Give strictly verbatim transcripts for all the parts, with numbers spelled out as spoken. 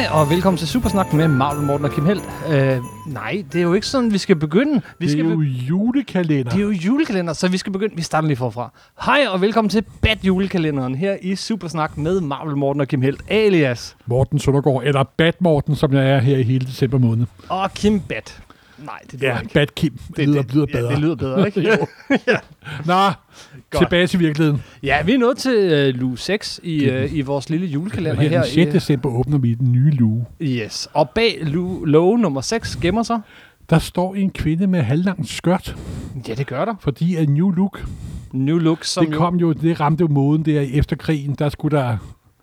Hej og velkommen til Supersnak med Marvel, Morten og Kim Helt. Øh, nej, det er jo ikke sådan, vi skal begynde. Vi det skal er jo be- julekalender. Det er jo julekalender, så vi skal begynde. Vi starter lige forfra. Hej og velkommen til Bat julekalenderen her i Supersnak med Marvel, Morten og Kim Helt, alias Morten Søndergaard, eller Bat Morten, som jeg er her i hele december måned. Og Kim Bat. Nej, det lyder ja, ikke. Bat Kim. Det, det lyder, lyder bedre. Ja, det lyder bedre, ikke? jo. ja. Nå, godt. Tilbage til virkeligheden. Ja, vi er nået til uh, luge seks i, uh, i vores lille julekalender her. Her den sjette december åbner vi den nye luge. Yes, og bag luge, love nummer seks gemmer sig. Der står en kvinde med halvlangt skørt. Ja, det gør der. Fordi at New Look. New Look, som det kom jo, det ramte jo moden der efter krigen. Der skulle der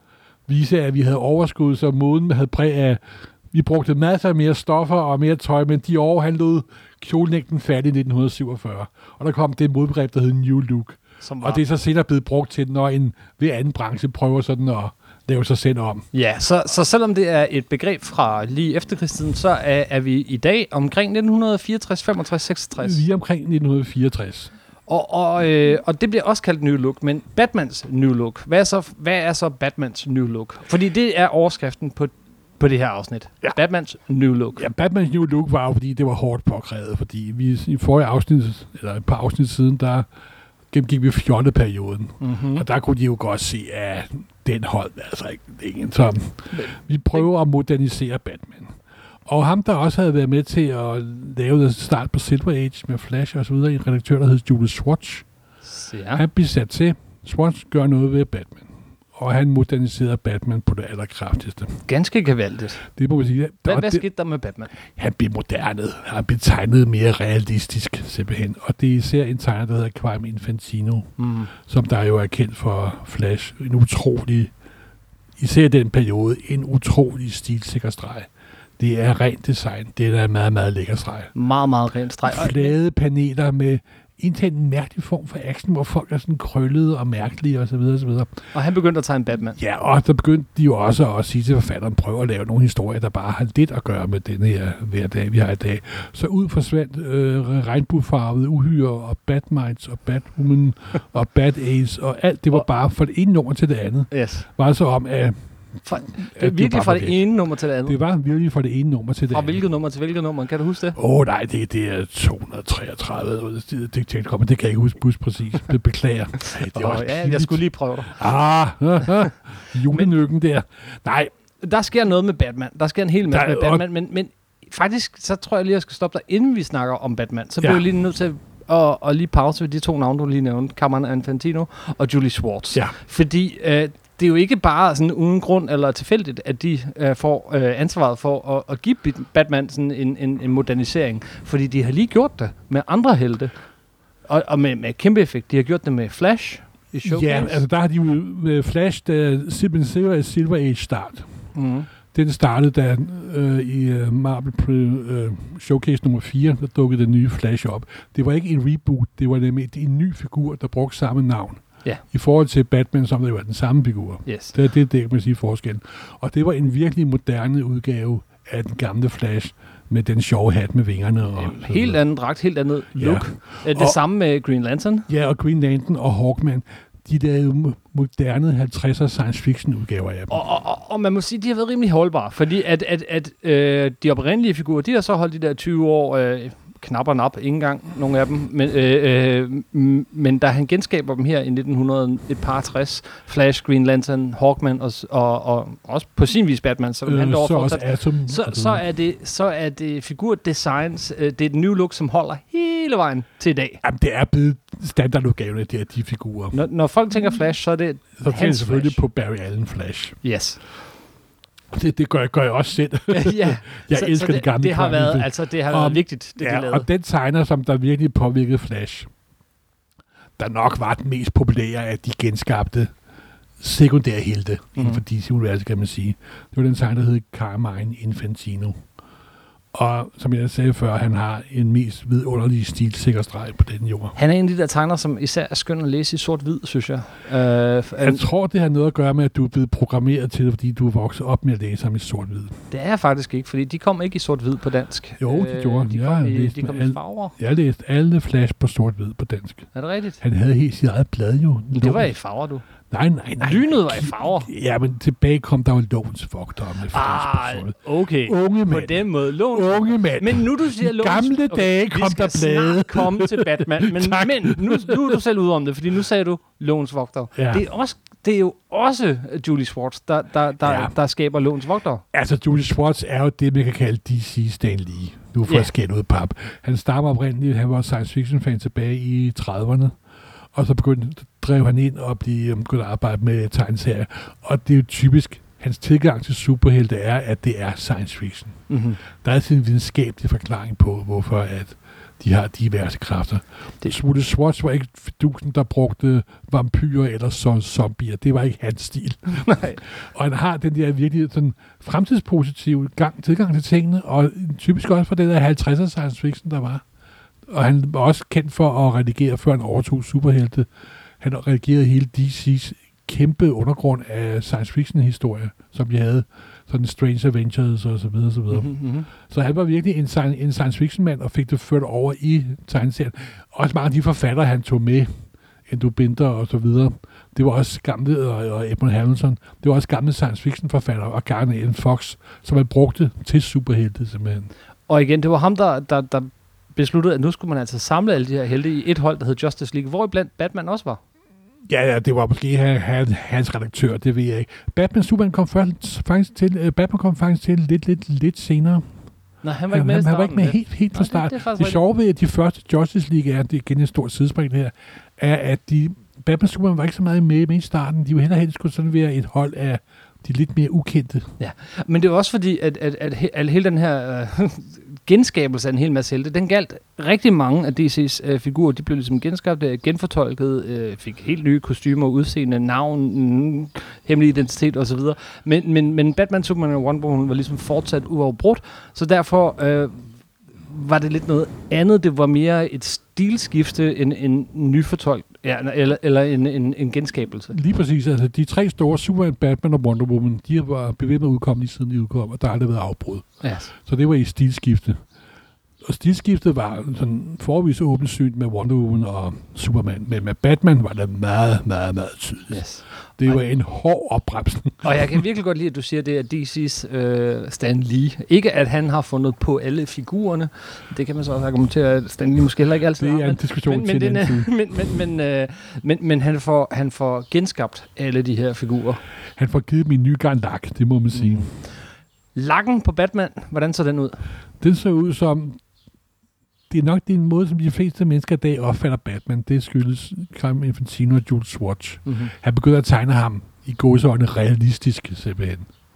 vise, at vi havde overskud, så moden havde præg af. Vi brugte masser af mere stoffer og mere tøj, men de år, han lod kjolenægten færdig i nitten syvogfyrre. Og der kom det modbegreb, der hed New Look. Og det er så senere blevet brugt til, når en ved anden branche prøver sådan at lave sig selv om. Ja, så, så selvom det er et begreb fra lige efterkrigstiden, så er, er vi i dag omkring nitten fireogtres, femogtres, seksogtres. Vi er omkring nitten fireogtres. Og, og, øh, og det bliver også kaldt New Look, men Batmans New Look. Hvad er så, hvad er så Batmans New Look? Fordi det er overskriften på på det her afsnit. Ja. Batmans New Look. Ja, Batmans New Look var jo, fordi det var hårdt påkrævet, fordi vi i forrige afsnit, eller et par afsnit siden, der gennemgik vi fjolleperioden. Mm-hmm. Og der kunne de jo godt se, at den hold altså ikke ingen som. Vi prøver at modernisere Batman. Og ham, der også havde været med til at lave det start på Silver Age med Flash og så videre, en redaktør, der hed Julius Schwartz. Ja. Han blev sat til. Schwartz gør noget ved Batman. Og han moderniserede Batman på det allerkraftigste. Ganske gevaldigt. Det må man sige. Hvad, hvad skete der med Batman? Han blev modernet. Han blev tegnet mere realistisk, simpelthen. Og det er især en tegner, der hedder Quime Infantino, mm. som der jo er kendt for Flash. En utrolig, især i den periode, en utrolig stilsikker streg. Det er rent design. Det er en meget, meget lækker streg. Meget, meget rent streg. Flade paneler med indtil en mærkelig form for action, hvor folk er sådan krøllede og mærkelige osv. Og, og han begyndte at tegne Batman. Ja, og der begyndte de jo også at sige til forfatteren, prøve at lave nogle historier, der bare har lidt at gøre med den her hverdag, vi har i dag. Så ud forsvandt øh, regnbuefarvede uhyre og Batmites og Batwoman og Bat-Ace og alt. Det var bare fra det ene nummer til det andet. Yes. Var så om, at Fra, det er virkelig det fra det ene nummer til det andet. Det var virkelig fra det ene nummer til det fra andet. Fra hvilket nummer til hvilket nummer? Kan du huske det? Åh oh, nej, det, det er to hundrede treogtredive. Det, det, det, det, det kan jeg ikke huske, huske præcis. Det beklager. Ej, det oh, ja, jeg skulle lige prøve dig. Ah, julenykken der. Nej. Der sker noget med Batman. Der sker en hel masse der, med Batman, men, men faktisk så tror jeg lige, jeg skal stoppe dig, inden vi snakker om Batman. Så bliver ja. jeg lige nødt til at og lige pause ved de to navne, du lige nævnte. Quime Infantino og Julius Schwartz. Ja. Fordi øh, det er jo ikke bare sådan uden grund eller tilfældigt, at de øh, får øh, ansvaret for at, at give Batman sådan en, en, en modernisering. Fordi de har lige gjort det med andre helte. Og, og med, med kæmpe effekt. De har gjort det med Flash i Showcase. Ja, altså der har de jo med Flash, der Silver, Silver Age start. Mm. Den startede da øh, i uh, Marvel øh, Showcase nummer fire, der dukkede den nye Flash op. Det var ikke en reboot, det var nemlig en ny figur, der brugte samme navn. Ja. I forhold til Batman, som det var den samme figur. Yes. Det er det, det kan man sige forskellen. Og det var en virkelig moderne udgave af den gamle Flash, med den sjove hat med vingerne. Og Jamen, helt anden dragt, helt andet look. Ja. Det og, samme med Green Lantern. Ja, og Green Lantern og Hawkman. De der moderne halvtredser science fiction udgaver af dem. Og, og, og, og man må sige, at de har været rimelig holdbare, fordi at, at, at øh, de oprindelige figurer, de har så holdt de der tyve år, øh, knap og nap, ikke engang nogle af dem, men, øh, øh, men da han genskaber dem her i nitten hundrede et par tres, Flash, Green Lantern, Hawkman og, og, og også på sin vis Batman, så, øh, han så, også Atom, så, så, er det, så er det figurdesigns, øh, det er et new look, som holder hele vejen til i dag. Jamen, det er blevet standardudgaverne, det er de figurer. Når, når folk tænker Flash, så er det så tænker jeg selvfølgelig Flash. På Barry Allen Flash. Yes. Det, det gør, jeg, gør jeg også selv. ja, jeg så, elsker så det, det gamle. Det har været, altså, det har og, været vigtigt, det ja, de lavede. Og den tegner, som der virkelig påvirkede Flash, der nok var den mest populære af de genskabte sekundære helte mm-hmm. inden for D C-universet, kan man sige. Det var den tegner, der hed Quime Infantino. Og som jeg sagde før, han har en mest vidunderlig stilsikker streg på den jord. Han er en af de der tegner, som især er skøn at læse i sort-hvid, synes jeg. Uh, jeg tror, det har noget at gøre med, at du er blevet programmeret til det, fordi du er vokset op med at læse ham i sort-hvid. Det er jeg faktisk ikke, fordi de kom ikke i sort-hvid på dansk. Jo, de gjorde. Uh, de kom, i, de kom i farver. Jeg læste alle Flash på sort-hvid på dansk. Er det rigtigt? Han havde helt sit eget blad jo. Det var i farver, du. Nej, nej, nej. Lynet var i farver. Ja, men tilbage kom der jo lovens vogter med Ah, okay. Unge mænd. På den måde. Lovens Unge mænd. Men nu du siger lovens... Gamle okay, dage kom der blade. Vi skal snart komme til Batman, men, men nu, nu er du selv ude om det, fordi nu sagde du lovens vogter. Ja. Det, er også, det er jo også Julie Schwartz, der, der, der, ja. der skaber lovens vogter. Altså, Julie Schwartz er jo det, man kan kalde D C Stan Lee. Nu får jeg skæld ud pap. Han stammer oprindeligt, han var science fiction fan tilbage i trediverne. Og så begyndte, drev han ind og blev begyndt at arbejde med tegneserier. Og det er jo typisk, hans tilgang til superhelte er, at det er science fiction. Mm-hmm. Der er altid en videnskabelig forklaring på, hvorfor at de har diverse kræfter. Julie Schwartz var ikke fidusen, der brugte vampyrer eller så zombier. Det var ikke hans stil. Nej. Og han har den der virkelig sådan fremtidspositive gang, tilgang til tingene, og typisk også for det der halvtredser science fiction, der var. Og han var også kendt for at redigere, før han overtog superhelte. Han redigerede hele D C's kæmpe undergrund af science fiction historie, som de havde. Sådan Strange Adventures og så videre, så videre. Mm-hmm. Så han var virkelig en, en science fiction mand, og fik det ført over i tegneserien. Også mange af de forfattere, han tog med, Endo Binder og så videre. Det var også gamle, og Edmund Hamilton, det var også gamle science fiction forfattere, og Garner N. Fox, som han brugte til superhelte, simpelthen. Og igen, det var ham, der, der, der besluttede, at nu skulle man altså samle alle de her helte i et hold, der hed Justice League, hvor iblandt Batman også var. Ja, ja, det var måske hans, hans redaktør, det ved jeg ikke. Batman Superman kom først, faktisk til, uh, Batman kom faktisk til lidt, lidt, lidt senere. Nej, han var ikke med han, han var ikke med helt, helt fra start. Det, det, det sjove ved, at de første Justice League er, det er igen en stor sidespring her, er, at de, Batman Superman var ikke så meget med, med i starten. De ville hellere helst skulle sådan være et hold af de lidt mere ukendte. Ja, men det er også fordi, at, at, at, at, at hele den her øh, genskabelse af en hel masse helte, den galt rigtig mange af D C's øh, figurer. De blev ligesom genskabt, øh, genfortolket, øh, fik helt nye kostymer, udseende, navn, mm, hemmelig identitet osv. Men, men, men Batman, Superman og Wonder Woman var ligesom fortsat uafbrudt, så derfor øh, var det lidt noget andet. Det var mere et stilskifte end en nyfortolk, ja, eller, eller en, en, en genskabelse. Lige præcis. Altså, de tre store, Superman, Batman og Wonder Woman, de var bevæget med at udkomme lige siden de udkom, og der har aldrig været afbrud. Yes. Så det var i stilskifte. Og stilskiftet var sådan forvis åbent syn med Wonder Woman og Superman, men med Batman var det meget, meget, meget tydeligt. Yes. Det var en hård opbremsning. Og jeg kan virkelig godt lide, at du siger, det er D C's øh, Stan Lee. Ikke at han har fundet på alle figurerne. Det kan man så også argumentere, at Stan Lee måske heller ikke altid har. Det er en diskussion men, til men, den tid. Men, men, men, øh, men, men han, får, han får genskabt alle de her figurer. Han får givet dem en ny gang lak, det må man sige. Mm. Lakken på Batman, hvordan så den ud? Den så ud som... Det er nok den måde, som de fleste mennesker i dag opfatter Batman. Det skyldes Carmine Infantino og Jules Schwartz. Mm-hmm. Han begynder at tegne ham i gåseøjne realistisk, simpelthen.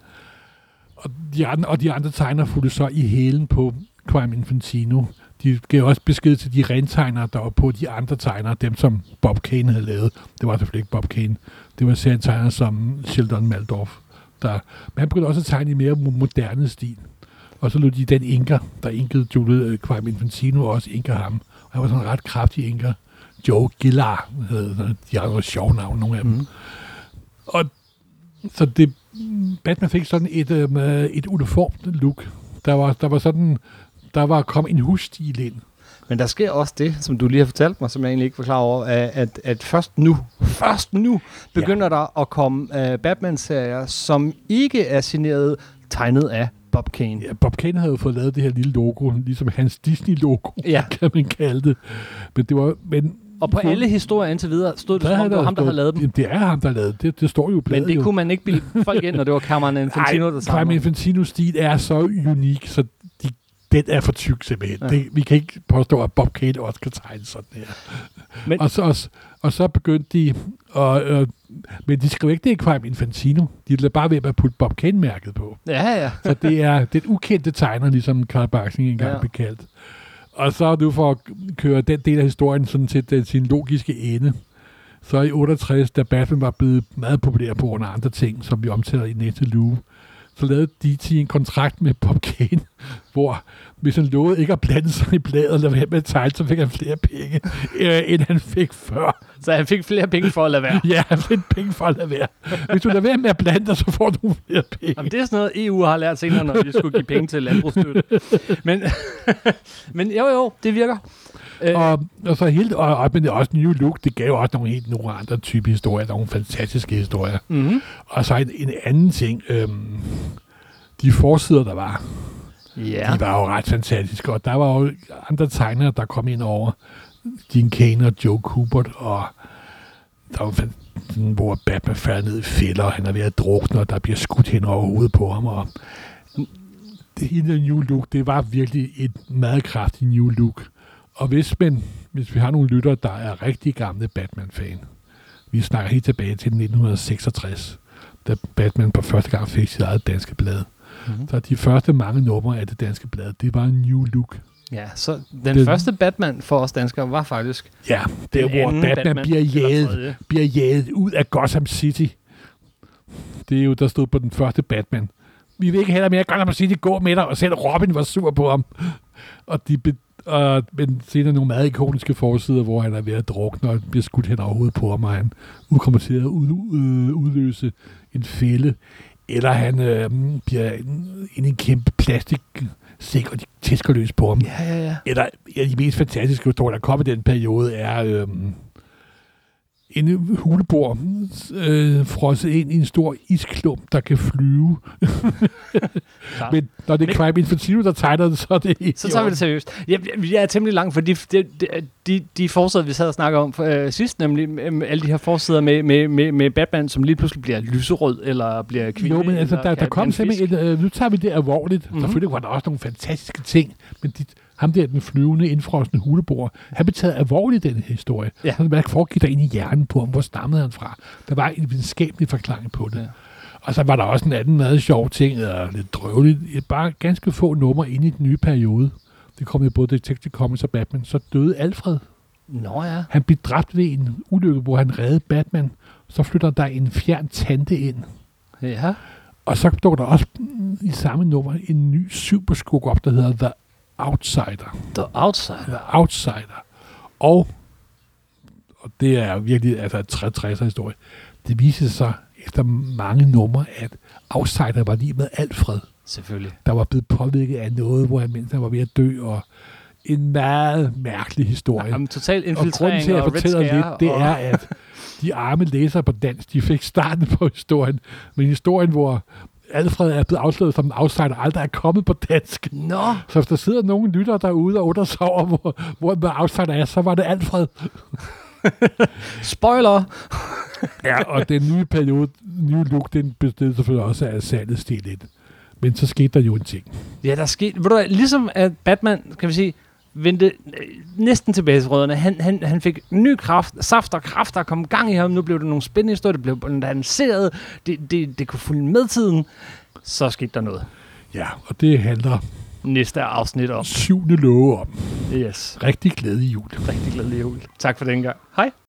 Og de andre, og de andre tegner fulgte så i hælen på Carmine Infantino. De gav også besked til de rentegnere, der var på de andre tegnere, dem som Bob Kane havde lavet. Det var selvfølgelig ikke Bob Kane. Det var serietegnere som Sheldon Maldorf. Der, men han begyndte også at tegne i mere moderne stil. Og så lå de den inker, der inkede Julie Carmine Infantino, og også inker ham. Og han var sådan en ret kraftig inker. Joe Gillar, havde de har noget sjove navn, nogle af dem. Mm. Og så det, Batman fik sådan et, um, et uniformt look. Der var, der var sådan, der var kommet en husstil ind. Men der sker også det, som du lige har fortalt mig, som jeg egentlig ikke var klar over, at, at først nu, først nu, begynder ja. der at komme uh, Batman-serier, som ikke er signeret, tegnet af Bob Kane. Ja, Bob Kane havde jo fået lavet det her lille logo, ligesom hans Disney-logo, ja. kan man kalde det. Men det var... Men og på alle historier indtil videre stod det, som om det var ham, der havde lavet dem. Det er ham, der lavede det. Det står jo i bladet. Men det jo. kunne man ikke bilde folk ind, når det var Carmine Infantino, der sammen. Carmine Infantinos stil er så unik, så de, den er for tyk simpelthen. Ja. Det, vi kan ikke påstå, at Bob Kane også kan tegne sådan her. Men, og, så, og, og så begyndte de... Og, øh, men de skrev ikke, det er Carmine Infantino. De lader bare ved at putte Bob Kane-mærket på. Ja, ja. Så det er den ukendte tegner, ligesom Carl Barksing engang ja. blev kaldt. Og så nu for at køre den del af historien sådan til den, sin logiske ende, så i otteogtres, da Batman var blevet meget populær på grund af andre ting, som vi omtaler i næste luge, så lavede D C en kontrakt med Bob Kane, hvor hvis han lovede ikke at blande sig i bladet eller være med at tegne, så fik han flere penge, øh, end han fik før. Så han fik flere penge for at lade være? Ja, han fik penge for at lade være. Hvis du lader være med at blande dig, så får du flere penge. Jamen, det er sådan noget, E U har lært senere, når de skulle give penge til landbrugsstøtte. Men, men jo, jo, det virker. Og, og så helt, og, og, men det er også New Look, det gav også nogle helt nogle andre type historier, nogle fantastiske historier. Mm-hmm. Og så en, en anden ting, øhm, de forsider, der var, yeah. de var jo ret fantastiske, og der var jo andre tegnere, der kom ind over, Gene Kane og Joe Kubert, og der var sådan, hvor Batman falder ned i fælder, og han er ved at drukne, og der bliver skudt hen over hovedet på ham, og det hele New Look, det var virkelig et meget kraftigt New Look. Og hvis, man, hvis vi har nogle lyttere, der er rigtig gamle Batman-fan, vi snakker helt tilbage til nitten seksogtres, da Batman på første gang fik sit eget danske blad. Mm-hmm. Så de første mange numre af det danske blad, det var en New Look. Ja, så den, den første Batman for os danskere var faktisk... Ja, det er, hvor Batman, Batman bliver, jaget, bliver jaget ud af Gotham City. Det er jo, der stod på den første Batman. Vi vil ikke heller mere Gotham City gå med dig, og selv Robin var sur på ham. Og de be- og, men senere nogle meget ikoniske forsider, hvor han er ved at drukne, og bliver skudt hen over hovedet på ham, og han udkommer til at ud, øh, udløse en fælde, eller han øh, bliver ind i en kæmpe plastiksæk, og de tæsker løs på ham. Ja, ja, ja. Eller en af de mest fantastiske historier, der kom i den periode, er øh, en huleboer øh, frosset ind i en stor isklump, der kan flyve. Men når det er Crime Infantino, der tegner det, så er det ikke. Så tager vi det seriøst. Jeg, jeg er temmelig langt, for de, de, de, de forsider, vi sad og snakker om øh, sidst, nemlig øh, alle de her forsider med, med, med, med Batman, som lige pludselig bliver lyserød, eller bliver kvinde. Jo, men altså, der, der kom simpelthen, øh, nu tager vi det alvorligt. Mm-hmm. Selvfølgelig var der også nogle fantastiske ting, men de, ham der, den flyvende, indfrosne huleboer, han blev taget alvorligt den historie. Ja. Hvad foregik der ind i hjernen på ham? Hvor stammede han fra? Der var en videnskabelig forklaring på det. Ja. Og så var der også en anden meget sjov ting, eller lidt drøveligt. Bare ganske få numre ind i den nye periode. Det kom jo både Detective Comics og Batman. Så døde Alfred. Nå ja. Han blev dræbt ved en ulykke, hvor han reddede Batman. Så flytter der en fjern tante ind. Ja. Og så dukker der også i samme nummer en ny superskurk op, der hedder The Outsider. The Outsider? The Outsider. Og, og det er virkelig altså et tresser historie. Det viser sig efter mange numre, at Outsider var lige med Alfred. Selvfølgelig. Der var blevet påvirket af noget, hvor han mens han var ved at dø, og en meget mærkelig historie. Jamen, total infiltrering og, og grunden til, at jeg fortæller lidt, det og... er, at de arme læsere på dansk, de fik starten på historien, men historien, hvor Alfred er blevet afsløret som en outsider, aldrig er kommet på dansk. Nå. Så hvis der sidder nogle lyttere derude og undrer sig over, hvor, hvor en outsider er, så var det Alfred. Spoiler! Ja, og den nye periode, nye look, den bestod selvfølgelig også af salget stil lidt. Men så skete der jo en ting. Ja, der skete, ved du hvad, ligesom at Batman, kan vi sige, vendte næsten tilbage til rødderne. Han, han, han fik ny kraft, saft og kraft, der kom gang i ham. Nu blev det nogle spændende historier, det blev lanceret, det, det, det kunne følge med tiden. Så skete der noget. Ja, og det handler næste afsnit om syvende love om. Yes. Rigtig glædelig jul. Rigtig glædelig jul. Tak for den gang. Hej.